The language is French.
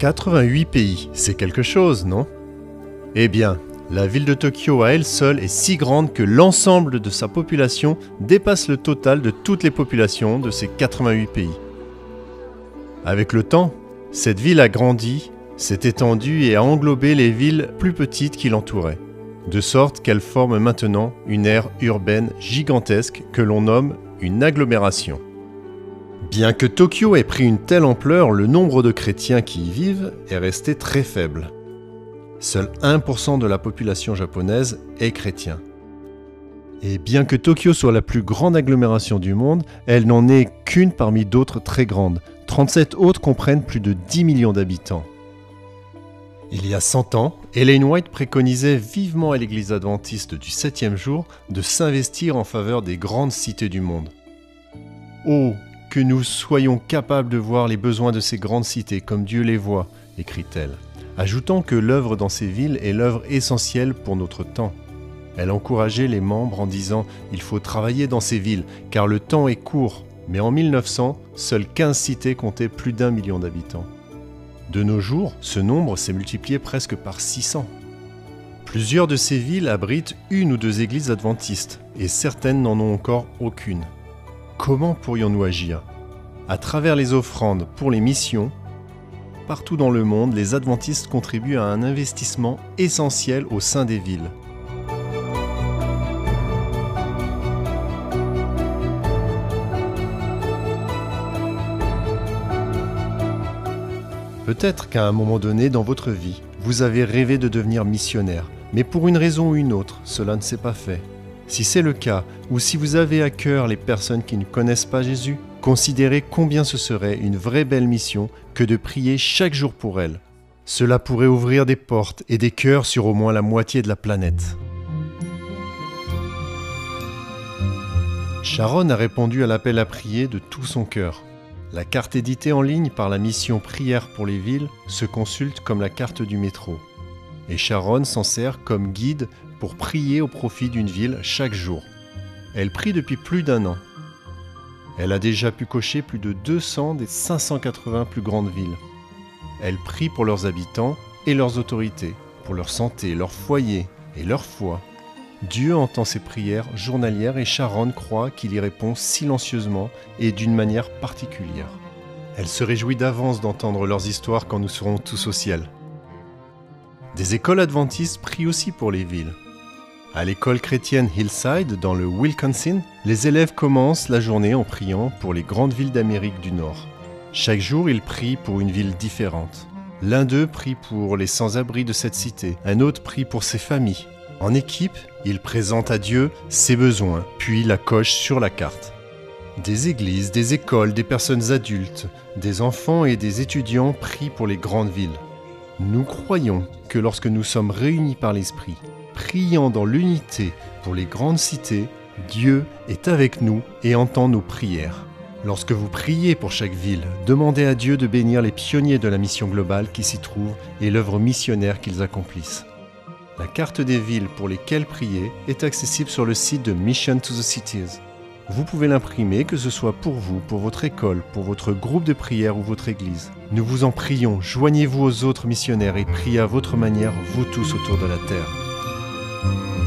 88 pays, c'est quelque chose, non? Eh bien, la ville de Tokyo à elle seule est si grande que l'ensemble de sa population dépasse le total de toutes les populations de ces 88 pays. Avec le temps, cette ville a grandi, s'est étendue et a englobé les villes plus petites qui l'entouraient, de sorte qu'elle forme maintenant une aire urbaine gigantesque que l'on nomme une agglomération. Bien que Tokyo ait pris une telle ampleur, le nombre de chrétiens qui y vivent est resté très faible. Seul 1% de la population japonaise est chrétien. Et bien que Tokyo soit la plus grande agglomération du monde, elle n'en est qu'une parmi d'autres très grandes. 37 autres comprennent plus de 10 millions d'habitants. Il y a 100 ans, Ellen White préconisait vivement à l'Église adventiste du 7e jour de s'investir en faveur des grandes cités du monde. Oh, que nous soyons capables de voir les besoins de ces grandes cités comme Dieu les voit, écrit-elle, ajoutant que l'œuvre dans ces villes est l'œuvre essentielle pour notre temps. Elle encourageait les membres en disant « Il faut travailler dans ces villes, car le temps est court ». Mais en 1900, seules 15 cités comptaient plus d'1 million d'habitants. De nos jours, ce nombre s'est multiplié presque par 600. Plusieurs de ces villes abritent une ou deux églises adventistes, et certaines n'en ont encore aucune. Comment pourrions-nous agir? À travers les offrandes pour les missions, partout dans le monde, les adventistes contribuent à un investissement essentiel au sein des villes. Peut-être qu'à un moment donné dans votre vie, vous avez rêvé de devenir missionnaire, mais pour une raison ou une autre, cela ne s'est pas fait. Si c'est le cas, ou si vous avez à cœur les personnes qui ne connaissent pas Jésus, considérez combien ce serait une vraie belle mission que de prier chaque jour pour elles. Cela pourrait ouvrir des portes et des cœurs sur au moins la moitié de la planète. Sharon a répondu à l'appel à prier de tout son cœur. La carte éditée en ligne par la mission Prière pour les villes se consulte comme la carte du métro. Et Sharon s'en sert comme guide pour prier au profit d'une ville chaque jour. Elle prie depuis plus d'1 an. Elle a déjà pu cocher plus de 200 des 580 plus grandes villes. Elle prie pour leurs habitants et leurs autorités, pour leur santé, leur foyer et leur foi. Dieu entend ses prières journalières et Sharon croit qu'il y répond silencieusement et d'une manière particulière. Elle se réjouit d'avance d'entendre leurs histoires quand nous serons tous au ciel. Des écoles adventistes prient aussi pour les villes. À l'école chrétienne Hillside, dans le Wisconsin, les élèves commencent la journée en priant pour les grandes villes d'Amérique du Nord. Chaque jour, ils prient pour une ville différente. L'un d'eux prie pour les sans-abri de cette cité, un autre prie pour ses familles. En équipe, ils présentent à Dieu ses besoins, puis la cochent sur la carte. Des églises, des écoles, des personnes adultes, des enfants et des étudiants prient pour les grandes villes. Nous croyons que lorsque nous sommes réunis par l'Esprit, priant dans l'unité pour les grandes cités, Dieu est avec nous et entend nos prières. Lorsque vous priez pour chaque ville, demandez à Dieu de bénir les pionniers de la mission globale qui s'y trouvent et l'œuvre missionnaire qu'ils accomplissent. La carte des villes pour lesquelles prier est accessible sur le site de Mission to the Cities. Vous pouvez l'imprimer, que ce soit pour vous, pour votre école, pour votre groupe de prière ou votre église. Nous vous en prions, joignez-vous aux autres missionnaires et priez à votre manière, vous tous autour de la terre.